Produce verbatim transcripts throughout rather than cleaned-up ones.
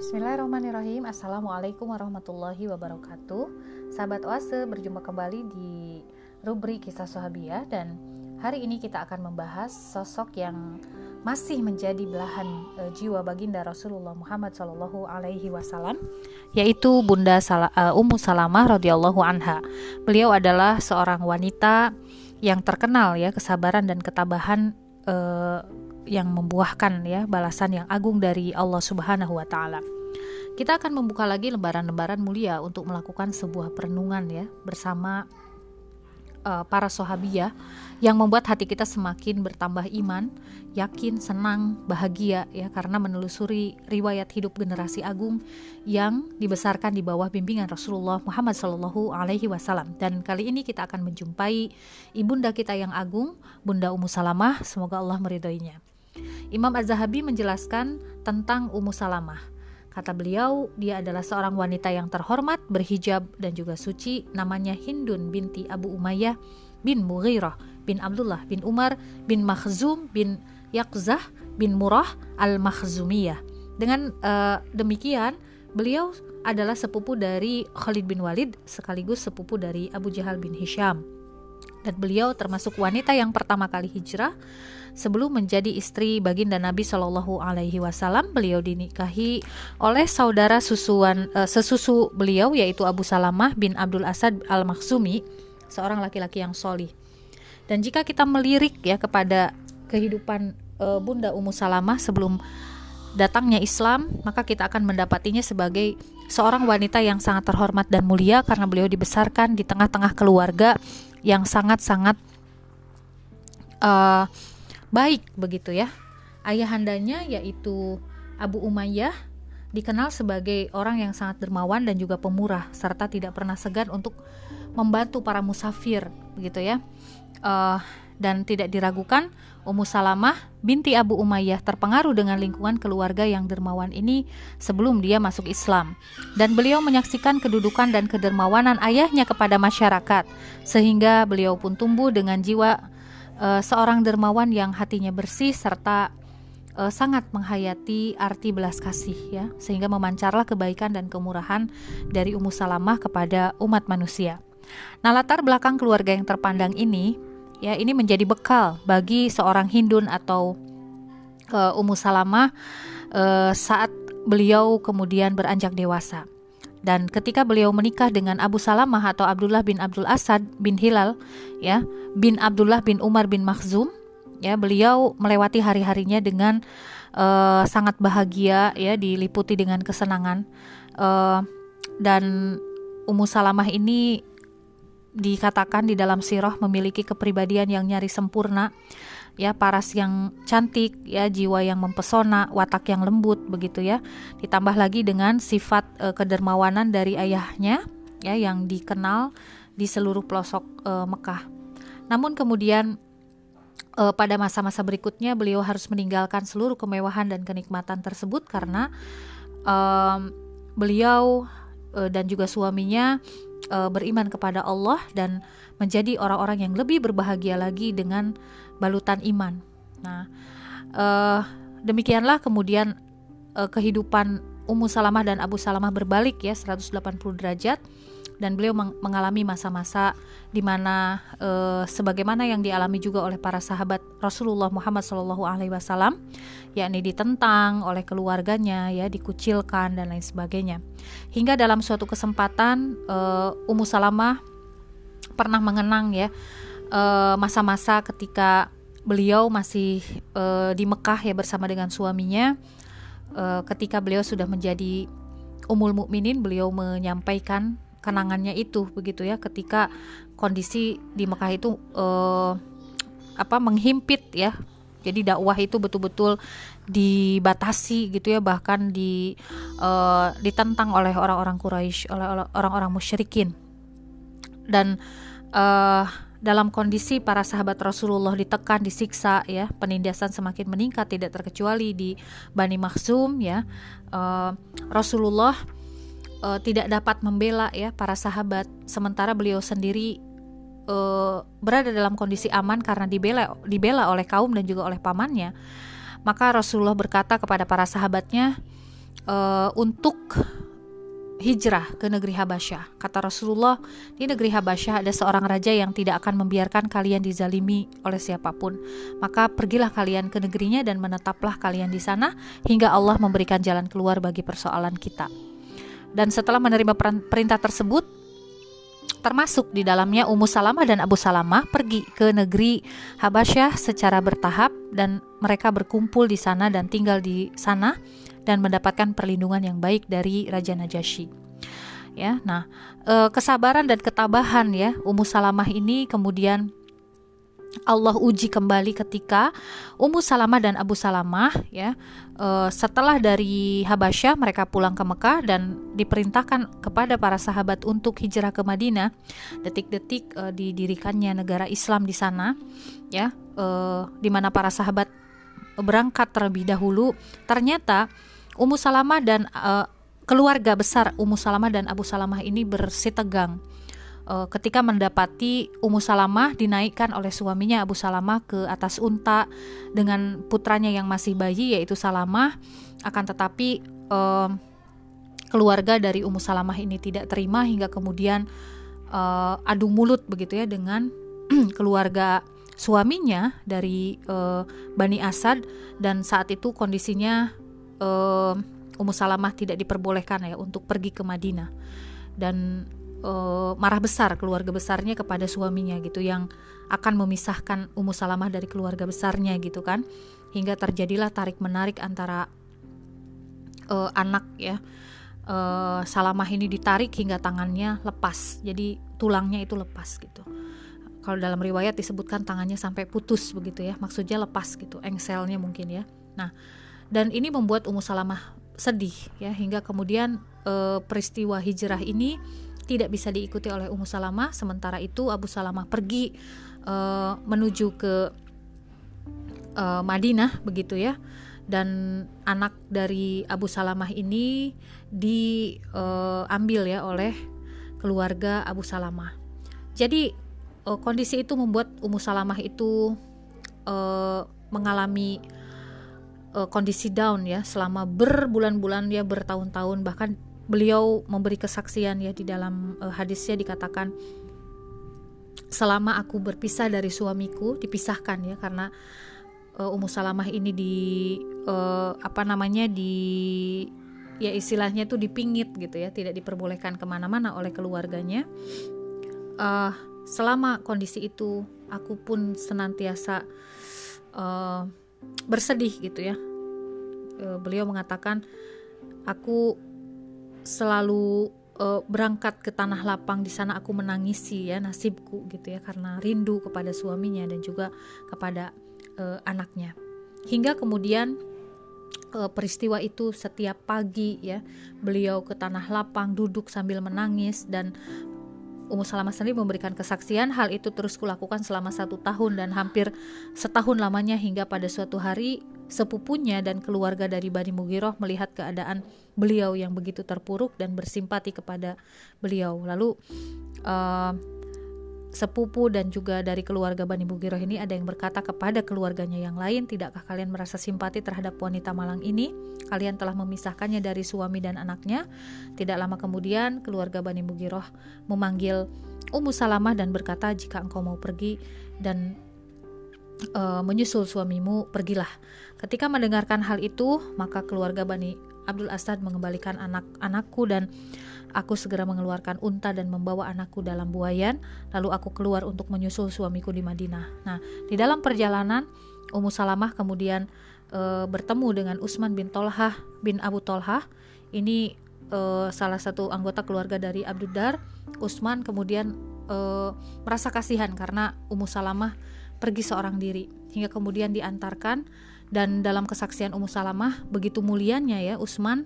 Bismillahirrahmanirrahim. Assalamualaikum warahmatullahi wabarakatuh. Sahabat Oase, berjumpa kembali di rubrik Kisah Sahabiah, dan hari ini kita akan membahas sosok yang masih menjadi belahan e, jiwa baginda Rasulullah Muhammad Shallallahu Alaihi Wasallam, yaitu Bunda Sal- e, Ummu Salamah radhiyallahu anha. Beliau adalah seorang wanita yang terkenal ya kesabaran dan ketabahan e, yang membuahkan ya balasan yang agung dari Allah Subhanahu wa taala. Kita akan membuka lagi lembaran-lembaran mulia untuk melakukan sebuah perenungan ya bersama uh, para sahabiah yang membuat hati kita semakin bertambah iman, yakin, senang, bahagia ya karena menelusuri riwayat hidup generasi agung yang dibesarkan di bawah bimbingan Rasulullah Muhammad Shallallahu Alaihi Wasallam. Dan kali ini kita akan menjumpai ibunda kita yang agung, Bunda Ummu Salamah, semoga Allah meridhoinya. Imam Az-Zahabi menjelaskan tentang Ummu Salamah. Kata beliau, dia adalah seorang wanita yang terhormat, berhijab dan juga suci. Namanya Hindun binti Abu Umayyah bin Mughirah bin Abdullah bin Umar bin Makhzum bin Yaqzah bin Murrah al-Makhzumiyah. Dengan uh, demikian, beliau adalah sepupu dari Khalid bin Walid sekaligus sepupu dari Abu Jahal bin Hisham. Dan beliau termasuk wanita yang pertama kali hijrah. Sebelum menjadi istri baginda Nabi Shallallahu Alaihi Wasallam, beliau dinikahi oleh saudara susuan uh, sesusu beliau, yaitu Abu Salamah bin Abdul Asad al-Makhzumi, seorang laki-laki yang solih. Dan jika kita melirik ya kepada kehidupan uh, Bunda Ummu Salamah sebelum datangnya Islam, maka kita akan mendapatinya sebagai seorang wanita yang sangat terhormat dan mulia karena beliau dibesarkan di tengah-tengah keluarga yang sangat-sangat uh, baik begitu ya. Ayahandanya yaitu Abu Umayyah dikenal sebagai orang yang sangat dermawan dan juga pemurah serta tidak pernah segan untuk membantu para musafir begitu ya. Uh, dan tidak diragukan Ummu Salamah binti Abu Umayyah terpengaruh dengan lingkungan keluarga yang dermawan ini sebelum dia masuk Islam, dan beliau menyaksikan kedudukan dan kedermawanan ayahnya kepada masyarakat sehingga beliau pun tumbuh dengan jiwa uh, seorang dermawan yang hatinya bersih serta uh, sangat menghayati arti belas kasih ya, sehingga memancarlah kebaikan dan kemurahan dari Ummu Salamah kepada umat manusia. Nah, latar belakang keluarga yang terpandang ini ya, ini menjadi bekal bagi seorang Hindun atau uh, Ummu Salamah uh, saat beliau kemudian beranjak dewasa. Dan ketika beliau menikah dengan Abu Salamah atau Abdullah bin Abdul Asad bin Hilal ya, bin Abdullah bin Umar bin Makhzum ya, beliau melewati hari-harinya dengan uh, sangat bahagia ya, diliputi dengan kesenangan. Uh, dan Ummu Salamah ini dikatakan di dalam sirah memiliki kepribadian yang nyaris sempurna ya, paras yang cantik ya, jiwa yang mempesona, watak yang lembut begitu ya, ditambah lagi dengan sifat e, kedermawanan dari ayahnya ya yang dikenal di seluruh pelosok e, Mekah. Namun kemudian e, pada masa-masa berikutnya beliau harus meninggalkan seluruh kemewahan dan kenikmatan tersebut karena e, beliau e, dan juga suaminya beriman kepada Allah dan menjadi orang-orang yang lebih berbahagia lagi dengan balutan iman. Nah, eh, demikianlah kemudian eh, kehidupan Ummu Salamah dan Abu Salamah berbalik ya seratus delapan puluh derajat, dan beliau meng- mengalami masa-masa di mana eh, sebagaimana yang dialami juga oleh para sahabat Rasulullah Muhammad Shallallahu Alaihi Wasallam, yakni ditentang oleh keluarganya ya, dikucilkan dan lain sebagainya. Hingga dalam suatu kesempatan uh, Ummu Salamah pernah mengenang ya uh, masa-masa ketika beliau masih uh, di Mekah ya bersama dengan suaminya. Uh, ketika beliau sudah menjadi Ummul Mukminin, beliau menyampaikan kenangannya itu begitu ya, ketika kondisi di Mekah itu uh, apa menghimpit ya. Jadi dakwah itu betul-betul dibatasi gitu ya, bahkan di uh, ditentang oleh orang-orang Quraisy, oleh orang-orang musyrikin. Dan uh, dalam kondisi para sahabat Rasulullah ditekan, disiksa ya, penindasan semakin meningkat, tidak terkecuali di Bani Makhzum ya. Uh, Rasulullah uh, tidak dapat membela ya para sahabat, sementara beliau sendiri Uh, berada dalam kondisi aman karena dibela dibela oleh kaum dan juga oleh pamannya. Maka Rasulullah berkata kepada para sahabatnya, uh, untuk hijrah ke negeri Habasyah. Kata Rasulullah, di negeri Habasyah ada seorang raja yang tidak akan membiarkan kalian dizalimi oleh siapapun. Maka pergilah kalian ke negerinya dan menetaplah kalian di sana hingga Allah memberikan jalan keluar bagi persoalan kita. Dan setelah menerima perintah tersebut, termasuk di dalamnya Ummu Salamah dan Abu Salamah pergi ke negeri Habasyah secara bertahap, dan mereka berkumpul di sana dan tinggal di sana dan mendapatkan perlindungan yang baik dari Raja Najasyi. Ya, nah, e, kesabaran dan ketabahan ya Ummu Salamah ini kemudian Allah uji kembali ketika Ummu Salamah dan Abu Salamah ya e, setelah dari Habasyah mereka pulang ke Mekah dan diperintahkan kepada para sahabat untuk hijrah ke Madinah. Detik-detik e, didirikannya negara Islam di sana ya, e, di mana para sahabat berangkat terlebih dahulu. Ternyata Ummu Salamah dan uh, keluarga besar Ummu Salamah dan Abu Salamah ini bersitegang uh, ketika mendapati Ummu Salamah dinaikkan oleh suaminya Abu Salamah ke atas unta dengan putranya yang masih bayi yaitu Salamah. Akan tetapi uh, keluarga dari Ummu Salamah ini tidak terima hingga kemudian uh, adu mulut begitu ya dengan keluarga suaminya dari uh, Bani Asad, dan saat itu kondisinya uh, Ummu Salamah tidak diperbolehkan ya untuk pergi ke Madinah, dan uh, marah besar keluarga besarnya kepada suaminya gitu yang akan memisahkan Ummu Salamah dari keluarga besarnya gitu kan, hingga terjadilah tarik menarik antara uh, anak ya uh, Salamah ini ditarik hingga tangannya lepas, jadi tulangnya itu lepas gitu. Kalau dalam riwayat disebutkan tangannya sampai putus begitu ya, maksudnya lepas gitu, engselnya mungkin ya. Nah, dan ini membuat Ummu Salamah sedih ya, hingga kemudian e, peristiwa hijrah ini tidak bisa diikuti oleh Ummu Salamah. Sementara itu Abu Salamah pergi e, menuju ke e, Madinah begitu ya, dan anak dari Abu Salamah ini diambil ya oleh keluarga Abu Salamah. Jadi Uh, kondisi itu membuat Ummu Salamah itu uh, mengalami uh, kondisi down ya selama berbulan-bulan ya, bertahun-tahun. Bahkan beliau memberi kesaksian ya di dalam uh, hadisnya dikatakan, selama aku berpisah dari suamiku, dipisahkan ya karena uh, Ummu Salamah ini di uh, apa namanya di ya istilahnya tuh dipingit gitu ya, tidak diperbolehkan kemana-mana oleh keluarganya. Uh, Selama kondisi itu aku pun senantiasa uh, bersedih gitu ya. Uh, beliau mengatakan, aku selalu uh, berangkat ke tanah lapang, di sana aku menangisi ya nasibku gitu ya, karena rindu kepada suaminya dan juga kepada uh, anaknya. Hingga kemudian uh, peristiwa itu setiap pagi ya beliau ke tanah lapang duduk sambil menangis, dan Ummu Salamah sendiri memberikan kesaksian, hal itu terus kulakukan selama satu tahun dan hampir setahun lamanya, hingga pada suatu hari sepupunya dan keluarga dari Bani Mughirah melihat keadaan beliau yang begitu terpuruk dan bersimpati kepada beliau. Lalu uh, sepupu dan juga dari keluarga Bani Mughirah ini ada yang berkata kepada keluarganya yang lain, tidakkah kalian merasa simpati terhadap wanita malang ini? Kalian telah memisahkannya dari suami dan anaknya. Tidak lama kemudian keluarga Bani Mughirah memanggil Ummu Salamah dan berkata, jika engkau mau pergi dan uh, menyusul suamimu, pergilah. Ketika mendengarkan hal itu, maka keluarga Bani Abdul Asad mengembalikan anak-anakku, dan aku segera mengeluarkan unta dan membawa anakku dalam buayan. Lalu aku keluar untuk menyusul suamiku di Madinah. Nah, di dalam perjalanan Ummu Salamah kemudian e, bertemu dengan Utsman bin Tolhah bin Abu Tolhah. Ini e, salah satu anggota keluarga dari Abduddar. Utsman kemudian e, merasa kasihan karena Ummu Salamah pergi seorang diri, hingga kemudian diantarkan. Dan dalam kesaksian Ummu Salamah, begitu mulianya ya Utsman,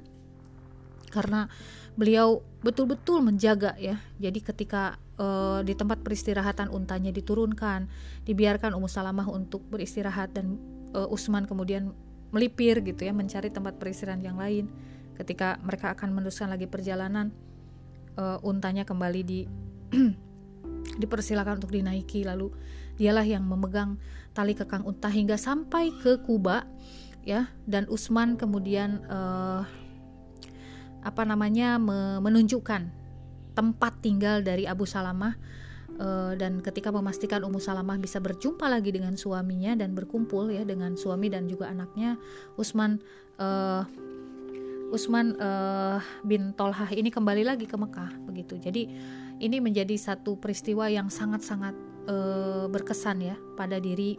karena beliau betul-betul menjaga ya. Jadi ketika uh, di tempat peristirahatan untanya diturunkan, dibiarkan Ummu Salamah untuk beristirahat, dan uh, Utsman kemudian melipir gitu ya, mencari tempat peristirahatan yang lain. Ketika mereka akan meneruskan lagi perjalanan, uh, untanya kembali di dipersilakan untuk dinaiki, lalu dialah yang memegang tali kekang unta hingga sampai ke Kuba ya. Dan Utsman kemudian uh, apa namanya menunjukkan tempat tinggal dari Abu Salamah, uh, dan ketika memastikan Ummu Salamah bisa berjumpa lagi dengan suaminya dan berkumpul ya dengan suami dan juga anaknya, Utsman uh, Utsman uh, bin Tolhah ini kembali lagi ke Mekah begitu. Jadi ini menjadi satu peristiwa yang sangat-sangat uh, berkesan ya pada diri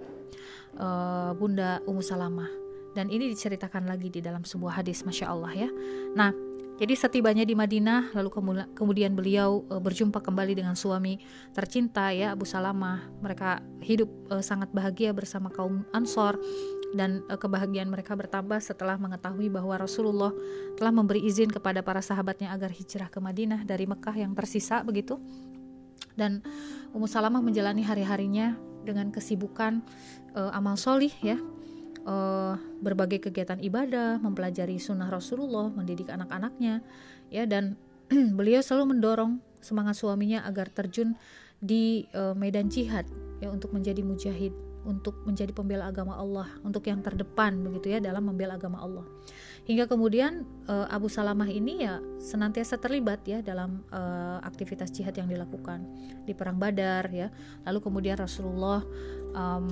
uh, Bunda Ummu Salamah, dan ini diceritakan lagi di dalam sebuah hadis, Masya Allah ya. Nah, jadi setibanya di Madinah, lalu kemudian beliau e, berjumpa kembali dengan suami tercinta ya Abu Salamah. Mereka hidup e, sangat bahagia bersama kaum Ansor, dan e, kebahagiaan mereka bertambah setelah mengetahui bahwa Rasulullah telah memberi izin kepada para sahabatnya agar hijrah ke Madinah dari Mekah yang tersisa begitu. Dan Ummu Salamah menjalani hari-harinya dengan kesibukan e, amal solih ya. Uh, berbagai kegiatan ibadah, mempelajari sunnah Rasulullah, mendidik anak-anaknya ya, dan beliau selalu mendorong semangat suaminya agar terjun di uh, medan jihad ya, untuk menjadi mujahid, untuk menjadi pembela agama Allah, untuk yang terdepan begitu ya dalam membela agama Allah. Hingga kemudian uh, Abu Salamah ini ya senantiasa terlibat ya dalam uh, aktivitas jihad yang dilakukan di perang Badar ya. Lalu kemudian Rasulullah um,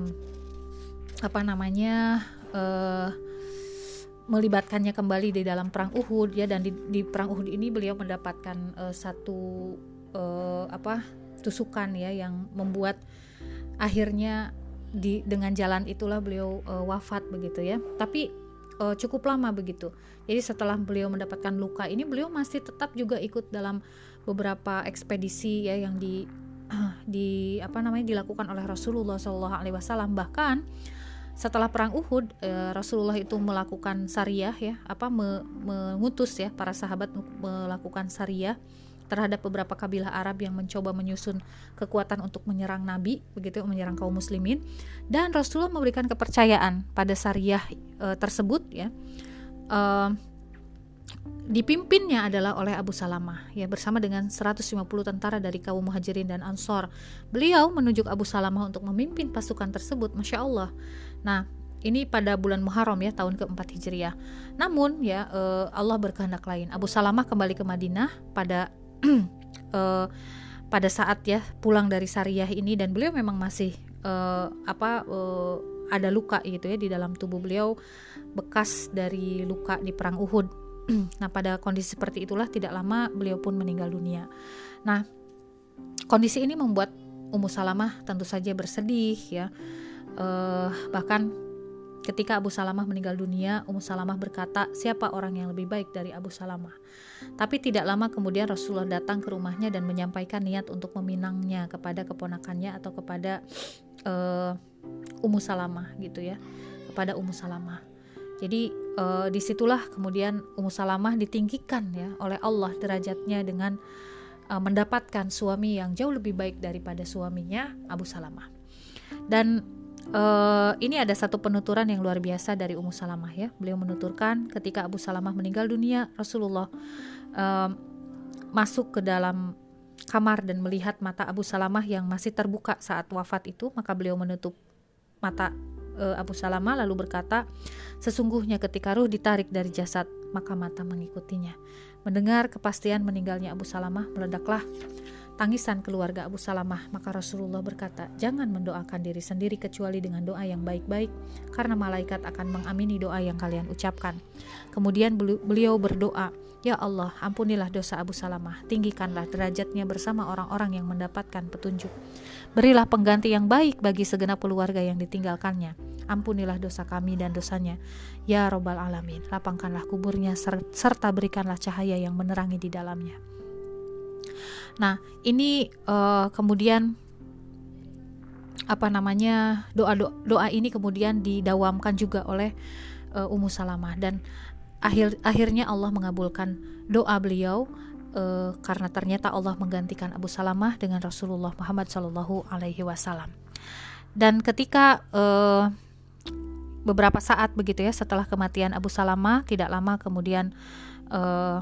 apa namanya uh, melibatkannya kembali di dalam perang Uhud ya, dan di, di perang Uhud ini beliau mendapatkan uh, satu uh, apa tusukan ya yang membuat akhirnya di dengan jalan itulah beliau uh, wafat begitu ya. Tapi uh, cukup lama begitu. Jadi setelah beliau mendapatkan luka ini, beliau masih tetap juga ikut dalam beberapa ekspedisi ya yang di di apa namanya dilakukan oleh Rasulullah shallallahu alaihi wasallam. Bahkan setelah perang Uhud, eh, Rasulullah itu melakukan sariyah ya, apa me, mengutus ya para sahabat melakukan sariyah terhadap beberapa kabilah Arab yang mencoba menyusun kekuatan untuk menyerang Nabi, begitu, menyerang kaum muslimin. Dan Rasulullah memberikan kepercayaan pada sariyah eh, tersebut ya. Eh, dipimpinnya adalah oleh Abu Salamah ya, bersama dengan seratus lima puluh tentara dari kaum Muhajirin dan Ansor. Beliau menunjuk Abu Salamah untuk memimpin pasukan tersebut, Masya Allah. Nah, ini pada bulan Muharram ya, tahun keempat Hijriah. Namun ya eh, Allah berkehendak lain. Abu Salamah kembali ke Madinah pada eh, pada saat ya pulang dari sariyah ini, dan beliau memang masih eh, apa eh, ada luka gitu ya di dalam tubuh beliau, bekas dari luka di perang Uhud. Nah, pada kondisi seperti itulah tidak lama beliau pun meninggal dunia. Nah, kondisi ini membuat Ummu Salamah tentu saja bersedih ya. Uh, bahkan ketika Abu Salamah meninggal dunia, Ummu Salamah berkata, siapa orang yang lebih baik dari Abu Salamah? Tapi tidak lama kemudian Rasulullah datang ke rumahnya dan menyampaikan niat untuk meminangnya kepada keponakannya atau kepada uh, Ummu Salamah gitu ya, kepada Ummu Salamah. Jadi uh, disitulah kemudian Ummu Salamah ditinggikan ya oleh Allah derajatnya dengan uh, mendapatkan suami yang jauh lebih baik daripada suaminya Abu Salamah. Dan uh, ini ada satu penuturan yang luar biasa dari Ummu Salamah ya. Beliau menuturkan ketika Abu Salamah meninggal dunia, Rasulullah uh, masuk ke dalam kamar dan melihat mata Abu Salamah yang masih terbuka saat wafat itu, maka beliau menutup mata Abu Salamah lalu berkata, sesungguhnya ketika ruh ditarik dari jasad, maka mata mengikutinya. Mendengar kepastian meninggalnya Abu Salamah, meledaklah tangisan keluarga Abu Salamah. Maka Rasulullah berkata, jangan mendoakan diri sendiri kecuali dengan doa yang baik-baik, karena malaikat akan mengamini doa yang kalian ucapkan. Kemudian beliau berdoa, ya Allah, ampunilah dosa Abu Salamah, tinggikanlah derajatnya bersama orang-orang yang mendapatkan petunjuk. Berilah pengganti yang baik bagi segenap keluarga yang ditinggalkannya. Ampunilah dosa kami dan dosanya, ya Rabbal Alamin. Lapangkanlah kuburnya serta berikanlah cahaya yang menerangi di dalamnya. Nah, ini uh, kemudian apa namanya doa doa, doa ini kemudian didawamkan juga oleh uh, Ummu Salamah, dan akhir akhirnya Allah mengabulkan doa beliau. Uh, karena ternyata Allah menggantikan Abu Salamah dengan Rasulullah Muhammad shallallahu alaihi wasallam. Dan ketika uh, beberapa saat begitu ya setelah kematian Abu Salamah, tidak lama kemudian uh,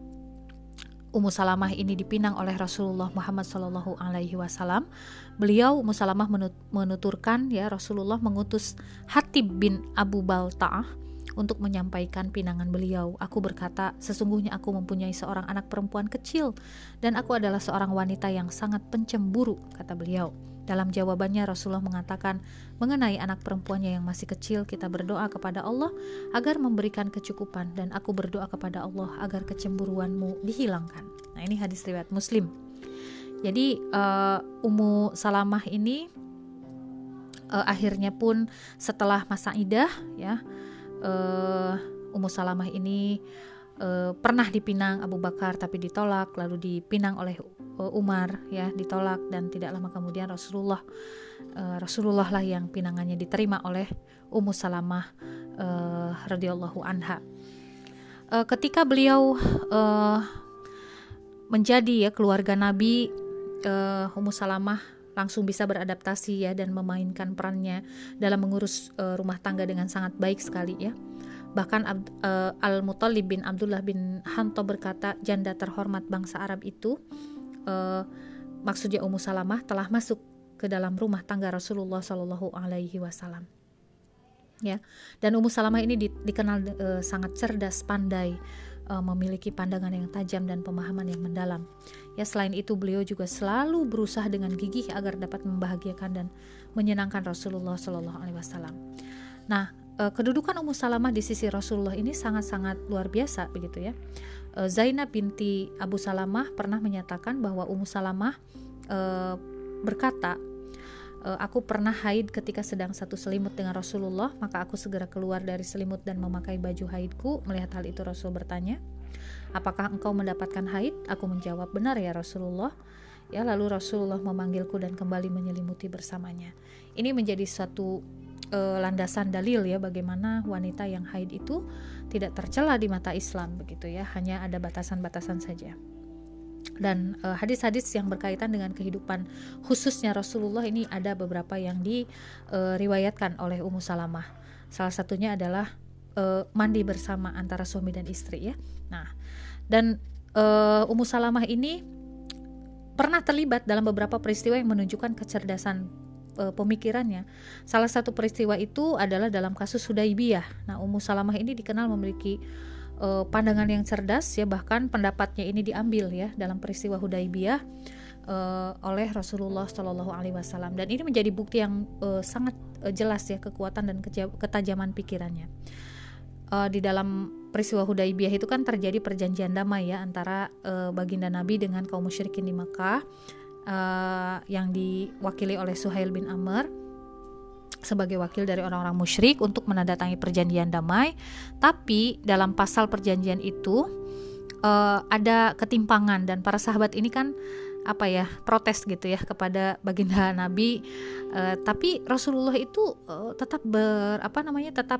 Ummu Salamah ini dipinang oleh Rasulullah Muhammad shallallahu alaihi wasallam. Beliau Ummu Salamah menut- menuturkan ya Rasulullah mengutus Hatib bin Abu Balta'ah untuk menyampaikan pinangan beliau. Aku berkata, sesungguhnya aku mempunyai seorang anak perempuan kecil dan aku adalah seorang wanita yang sangat pencemburu, kata beliau. Dalam jawabannya Rasulullah mengatakan, mengenai anak perempuannya yang masih kecil, kita berdoa kepada Allah agar memberikan kecukupan, dan aku berdoa kepada Allah agar kecemburuanmu dihilangkan. Nah, ini hadis riwayat Muslim. Jadi uh, Ummu Salamah ini uh, akhirnya pun setelah masa idah, ya, uh, Ummu Salamah ini uh, pernah dipinang Abu Bakar tapi ditolak, lalu dipinang oleh Umar, ya, ditolak, dan tidak lama kemudian Rasulullah uh, Rasulullah lah yang pinangannya diterima oleh Ummu Salamah uh, radhiyallahu anha. Uh, ketika beliau uh, menjadi, ya, keluarga Nabi, uh, Ummu Salamah langsung bisa beradaptasi, ya, dan memainkan perannya dalam mengurus uh, rumah tangga dengan sangat baik sekali, ya. Bahkan uh, Al-Muttalib bin Abdullah bin Hanto berkata, janda terhormat bangsa Arab itu, Uh, maksudnya Ummu Salamah, telah masuk ke dalam rumah tangga Rasulullah Shallallahu Alaihi Wasallam, ya. Dan Ummu Salamah ini di, dikenal uh, sangat cerdas, pandai, uh, memiliki pandangan yang tajam dan pemahaman yang mendalam. Ya, selain itu beliau juga selalu berusaha dengan gigih agar dapat membahagiakan dan menyenangkan Rasulullah Shallallahu Alaihi Wasallam. Nah, uh, kedudukan Ummu Salamah di sisi Rasulullah ini sangat-sangat luar biasa, begitu, ya. Zainab binti Abu Salamah pernah menyatakan bahwa Ummu Salamah e, berkata, e, aku pernah haid ketika sedang satu selimut dengan Rasulullah, maka aku segera keluar dari selimut dan memakai baju haidku. Melihat hal itu Rasul bertanya, apakah engkau mendapatkan haid? Aku menjawab, benar ya Rasulullah. Ya, lalu Rasulullah memanggilku dan kembali menyelimuti bersamanya. Ini menjadi satu e, landasan dalil, ya, bagaimana wanita yang haid itu tidak tercela di mata Islam, begitu, ya, hanya ada batasan-batasan saja. Dan e, hadis-hadis yang berkaitan dengan kehidupan khususnya Rasulullah ini ada beberapa yang diriwayatkan oleh Ummu Salamah. Salah satunya adalah e, mandi bersama antara suami dan istri, ya. Nah, dan e, Ummu Salamah ini pernah terlibat dalam beberapa peristiwa yang menunjukkan kecerdasan pemikirannya. Salah satu peristiwa itu adalah dalam kasus Hudaibiyah. Nah, Ummu Salamah ini dikenal memiliki uh, pandangan yang cerdas, ya, bahkan pendapatnya ini diambil, ya, dalam peristiwa Hudaibiyah uh, oleh Rasulullah Shallallahu Alaihi Wasallam. Dan ini menjadi bukti yang uh, sangat uh, jelas, ya, kekuatan dan ketajaman pikirannya. Uh, di dalam peristiwa Hudaibiyah itu kan terjadi perjanjian damai, ya, antara uh, baginda Nabi dengan kaum musyrikin di Makkah, Uh, yang diwakili oleh Suhail bin Amr sebagai wakil dari orang-orang musyrik untuk menandatangani perjanjian damai. Tapi dalam pasal perjanjian itu uh, ada ketimpangan, dan para sahabat ini kan apa ya protes gitu ya kepada baginda Nabi. Uh, tapi Rasulullah itu uh, tetap ber apa namanya tetap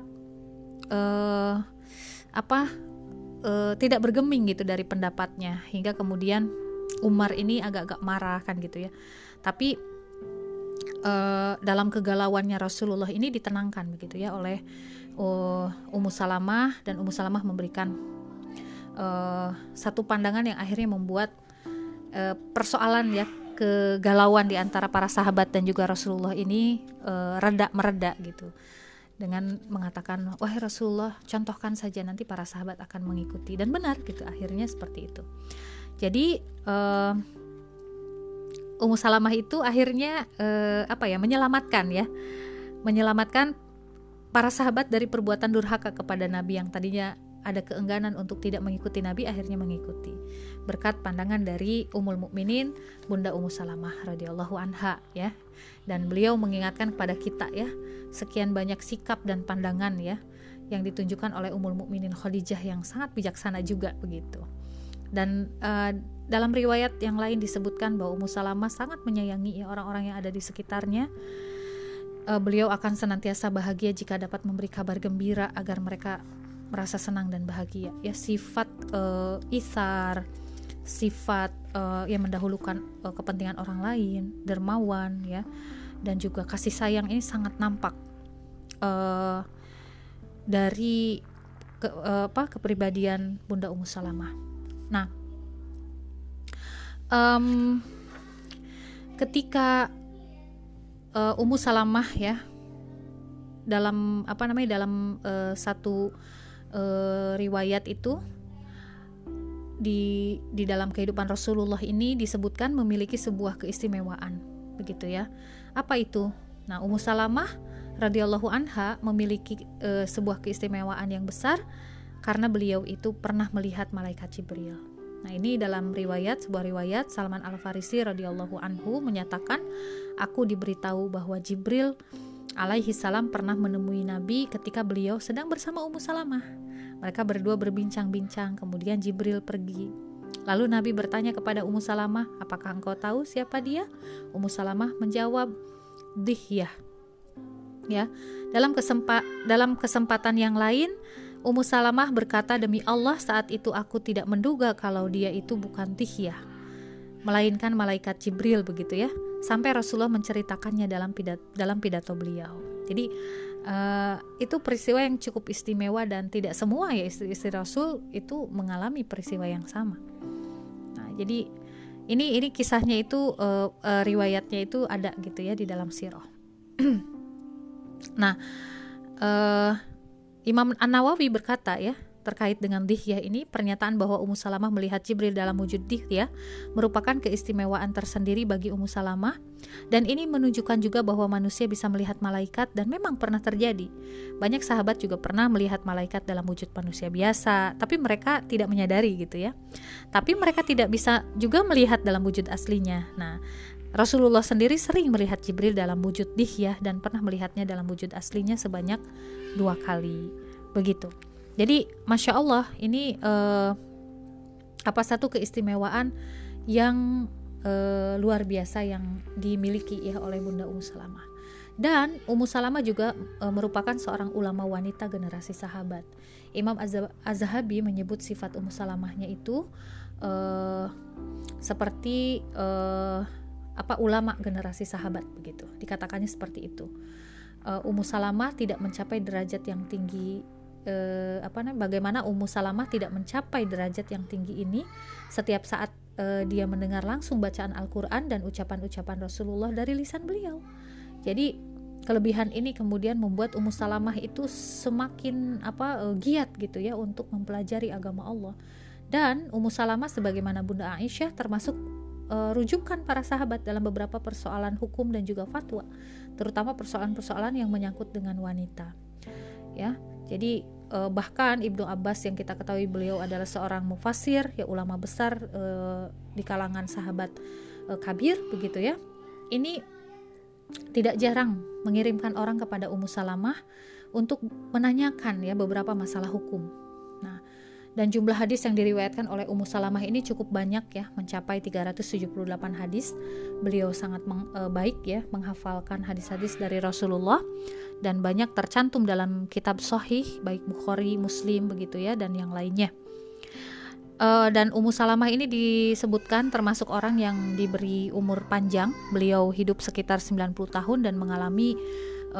uh, apa uh, tidak bergeming gitu dari pendapatnya, hingga kemudian Umar ini agak-agak marah kan gitu ya. Tapi uh, dalam kegalauannya Rasulullah ini ditenangkan begitu ya oleh uh, Ummu Salamah, dan Ummu Salamah memberikan uh, satu pandangan yang akhirnya membuat uh, persoalan ya kegalauan di antara para sahabat dan juga Rasulullah ini uh, reda mereda gitu, dengan mengatakan, wahai Rasulullah, contohkan saja, nanti para sahabat akan mengikuti. Dan benar gitu, akhirnya seperti itu. Jadi uh, Ummu Salamah itu akhirnya uh, apa ya menyelamatkan ya menyelamatkan para sahabat dari perbuatan durhaka kepada Nabi, yang tadinya ada keengganan untuk tidak mengikuti Nabi, akhirnya mengikuti berkat pandangan dari Ummul Mukminin Bunda Ummu Salamah radhiyallahu anha ya. Dan beliau mengingatkan kepada kita ya, sekian banyak sikap dan pandangan ya yang ditunjukkan oleh Ummul Mukminin Khadijah yang sangat bijaksana juga begitu. Dan uh, dalam riwayat yang lain disebutkan bahwa Ummu Salamah sangat menyayangi ya, orang-orang yang ada di sekitarnya. Uh, beliau akan senantiasa bahagia jika dapat memberi kabar gembira agar mereka merasa senang dan bahagia. Ya, sifat uh, ithar, sifat uh, yang mendahulukan uh, kepentingan orang lain, dermawan ya, dan juga kasih sayang ini sangat nampak uh, dari ke, uh, apa kepribadian Bunda Ummu Salamah. Nah, um, ketika uh, Ummu Salamah ya dalam apa namanya dalam uh, satu uh, riwayat itu di di dalam kehidupan Rasulullah ini disebutkan memiliki sebuah keistimewaan, begitu ya. Apa itu? Nah, Ummu Salamah radhiyallahu anha memiliki uh, sebuah keistimewaan yang besar karena beliau itu pernah melihat malaikat Jibril. Nah, ini dalam riwayat, sebuah riwayat Salman Al-Farisi radhiyallahu anhu menyatakan, aku diberitahu bahwa Jibril alaihi salam pernah menemui Nabi ketika beliau sedang bersama Ummu Salamah. Mereka berdua berbincang-bincang, kemudian Jibril pergi. Lalu Nabi bertanya kepada Ummu Salamah, apakah engkau tahu siapa dia? Ummu Salamah menjawab, Dihyah. Ya, dalam kesempat dalam kesempatan yang lain, Ummu Salamah berkata, demi Allah saat itu aku tidak menduga kalau dia itu bukan Dihyah, melainkan malaikat Jibril, begitu ya. Sampai Rasulullah menceritakannya dalam pidato, dalam pidato beliau. Jadi uh, itu peristiwa yang cukup istimewa dan tidak semua ya istri-istri Rasul itu mengalami peristiwa yang sama. Nah, jadi ini ini kisahnya itu uh, uh, riwayatnya itu ada gitu ya di dalam sirah. Nah, uh, Imam An-Nawawi berkata ya, terkait dengan Dihyah ini, pernyataan bahwa Ummu Salamah melihat Jibril dalam wujud Dihyah merupakan keistimewaan tersendiri bagi Ummu Salamah, dan ini menunjukkan juga bahwa manusia bisa melihat malaikat dan memang pernah terjadi. Banyak sahabat juga pernah melihat malaikat dalam wujud manusia biasa, tapi mereka tidak menyadari gitu ya. Tapi mereka tidak bisa juga melihat dalam wujud aslinya. Nah, Rasulullah sendiri sering melihat Jibril dalam wujud Dihyah dan pernah melihatnya dalam wujud aslinya sebanyak dua kali. Begitu. Jadi Masya Allah ini uh, apa satu keistimewaan yang uh, luar biasa yang dimiliki ya oleh Bunda Ummu Salamah. Dan Ummu Salamah juga uh, merupakan seorang ulama wanita generasi sahabat. Imam Az-Zahabi menyebut sifat Ummu Salamahnya itu uh, seperti uh, apa ulama generasi sahabat, begitu. Dikatakannya seperti itu. Uh, Ummu Salamah tidak mencapai derajat yang tinggi. Eh, apa namanya bagaimana Ummu Salamah tidak mencapai derajat yang tinggi ini setiap saat eh, dia mendengar langsung bacaan Al-Quran dan ucapan-ucapan Rasulullah dari lisan beliau. Jadi kelebihan ini kemudian membuat Ummu Salamah itu semakin apa eh, giat gitu ya untuk mempelajari agama Allah. Dan Ummu Salamah sebagaimana Bunda Aisyah termasuk eh, rujukan para sahabat dalam beberapa persoalan hukum dan juga fatwa, terutama persoalan-persoalan yang menyangkut dengan wanita. Ya, jadi Uh, bahkan Ibnu Abbas yang kita ketahui beliau adalah seorang mufassir ya, ulama besar uh, di kalangan sahabat uh, kabir, begitu ya. Ini tidak jarang mengirimkan orang kepada Ummu Salamah untuk menanyakan ya beberapa masalah hukum. Nah, dan jumlah hadis yang diriwayatkan oleh Ummu Salamah ini cukup banyak ya, mencapai tiga ratus tujuh puluh delapan hadis. Beliau sangat meng, e, baik ya menghafalkan hadis-hadis dari Rasulullah, dan banyak tercantum dalam kitab sahih baik Bukhari, Muslim, begitu ya, dan yang lainnya. E, dan Ummu Salamah ini disebutkan termasuk orang yang diberi umur panjang. Beliau hidup sekitar sembilan puluh tahun dan mengalami e,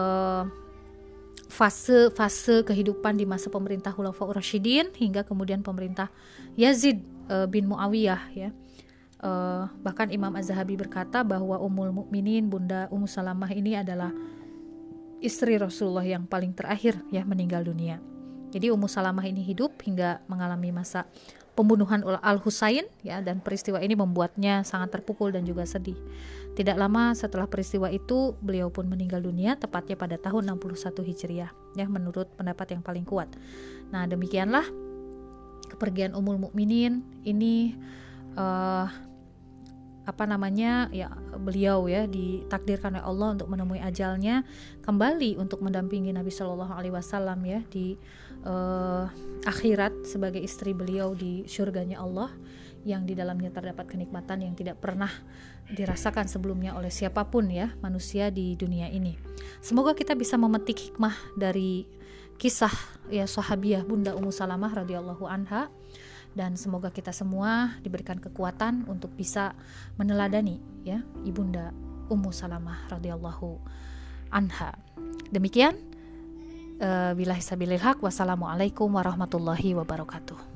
fase-fase kehidupan di masa pemerintah Khulafaur Rasyidin hingga kemudian pemerintah Yazid e, bin Muawiyah ya. E, bahkan Imam Az-Zahabi berkata bahwa Ummul Mukminin Bunda Ummu Salamah ini adalah istri Rasulullah yang paling terakhir ya meninggal dunia. Jadi Ummu Salamah ini hidup hingga mengalami masa pembunuhan Al-Husain ya, dan peristiwa ini membuatnya sangat terpukul dan juga sedih. Tidak lama setelah peristiwa itu beliau pun meninggal dunia tepatnya pada tahun enam puluh satu Hijriah ya, menurut pendapat yang paling kuat. Nah, demikianlah kepergian Ummul Mukminin ini uh, apa namanya ya, beliau ya ditakdirkan oleh Allah untuk menemui ajalnya kembali untuk mendampingi Nabi Shallallahu Alaihi Wasallam ya di uh, akhirat sebagai istri beliau di surganya Allah, yang di dalamnya terdapat kenikmatan yang tidak pernah dirasakan sebelumnya oleh siapapun ya manusia di dunia ini. Semoga kita bisa memetik hikmah dari kisah ya sahabiah Bunda Ummu Salamah radhiyallahu anha, dan semoga kita semua diberikan kekuatan untuk bisa meneladani ya Ibunda Ummu Salamah radhiyallahu anha. Demikian, uh, billahi sabilil haq, wassalamualaikum warahmatullahi wabarakatuh.